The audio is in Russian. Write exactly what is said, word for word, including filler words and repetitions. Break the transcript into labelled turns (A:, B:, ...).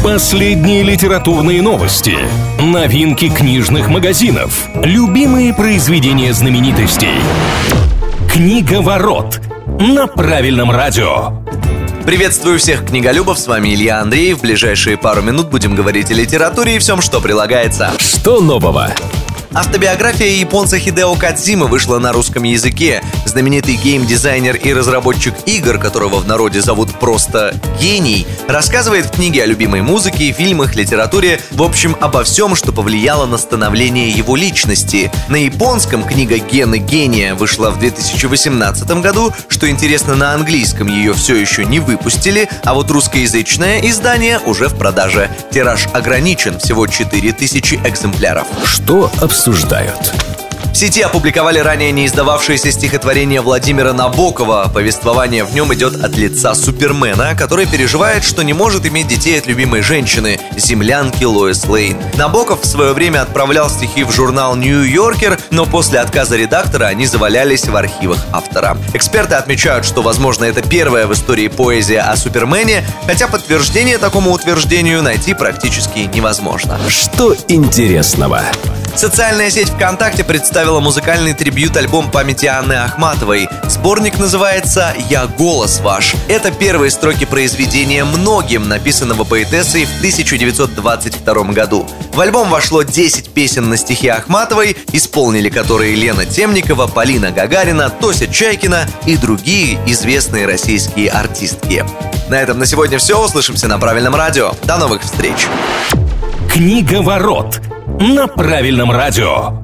A: Последние литературные новости, новинки книжных магазинов, любимые произведения знаменитостей. Книговорот на Правильном радио.
B: Приветствую всех книголюбов, с вами Илья Андреев. В ближайшие пару минут будем говорить о литературе и всем, что прилагается.
A: Что нового?
B: Автобиография японца Хидео Кодзимы вышла на русском языке. Знаменитый гейм-дизайнер и разработчик игр, которого в народе зовут просто «Гений», рассказывает в книге о любимой музыке, фильмах, литературе, в общем, обо всем, что повлияло на становление его личности. На японском книга «Гены гения» вышла в две тысячи восемнадцатом году. Что интересно, на английском ее все еще не выпустили, а вот русскоязычное издание уже в продаже. Тираж ограничен, всего четыре тысячи экземпляров.
A: Что обсуждают?
B: В сети опубликовали ранее не издававшееся стихотворение Владимира Набокова. Повествование в нем идет от лица Супермена, который переживает, что не может иметь детей от любимой женщины, землянки Лоис Лейн. Набоков в свое время отправлял стихи в журнал «Нью-Йоркер», но после отказа редактора они завалялись в архивах автора. Эксперты отмечают, что, возможно, это первая в истории поэзия о Супермене, хотя подтверждение такому утверждению найти практически невозможно.
A: Что интересного?
B: Социальная сеть ВКонтакте представила музыкальный трибьют-альбом памяти Анны Ахматовой. Сборник называется «Я голос ваш». Это первые строки произведения «Многим», написанного поэтессой в тысяча девятьсот двадцать втором году. В альбом вошло десять песен на стихи Ахматовой, исполнили которые Лена Темникова, Полина Гагарина, Тося Чайкина и другие известные российские артистки. На этом на сегодня все. Услышимся на Правильном радио. До новых встреч!
A: Книговорот на Правильном радио.